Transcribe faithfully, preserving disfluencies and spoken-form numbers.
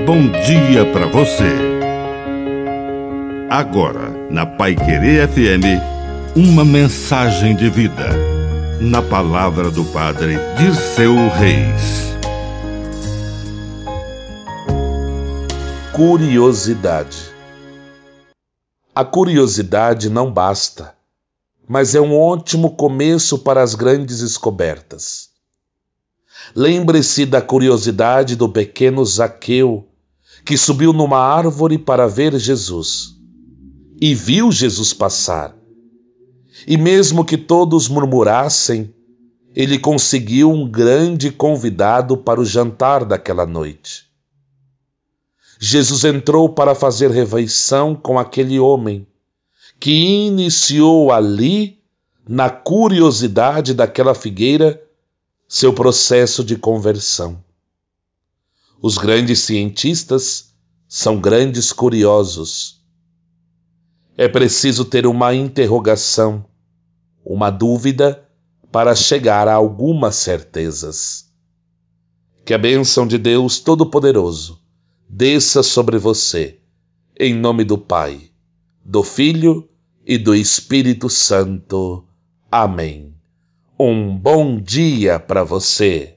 bom dia para você. Agora, na Paiquerê F M, uma mensagem de vida. Na palavra do Padre Dirceu Reis. Curiosidade. A curiosidade não basta, mas é um ótimo começo para as grandes descobertas. Lembre-se da curiosidade do pequeno Zaqueu, que subiu numa árvore para ver Jesus. E viu Jesus passar. E mesmo que todos murmurassem, ele conseguiu um grande convidado para o jantar daquela noite. Jesus entrou para fazer refeição com aquele homem, que iniciou ali, na curiosidade daquela figueira, seu processo de conversão. Os grandes cientistas são grandes curiosos. É preciso ter uma interrogação, uma dúvida, para chegar a algumas certezas. Que a bênção de Deus Todo-Poderoso desça sobre você, em nome do Pai, do Filho e do Espírito Santo. Amém. Um bom dia para você.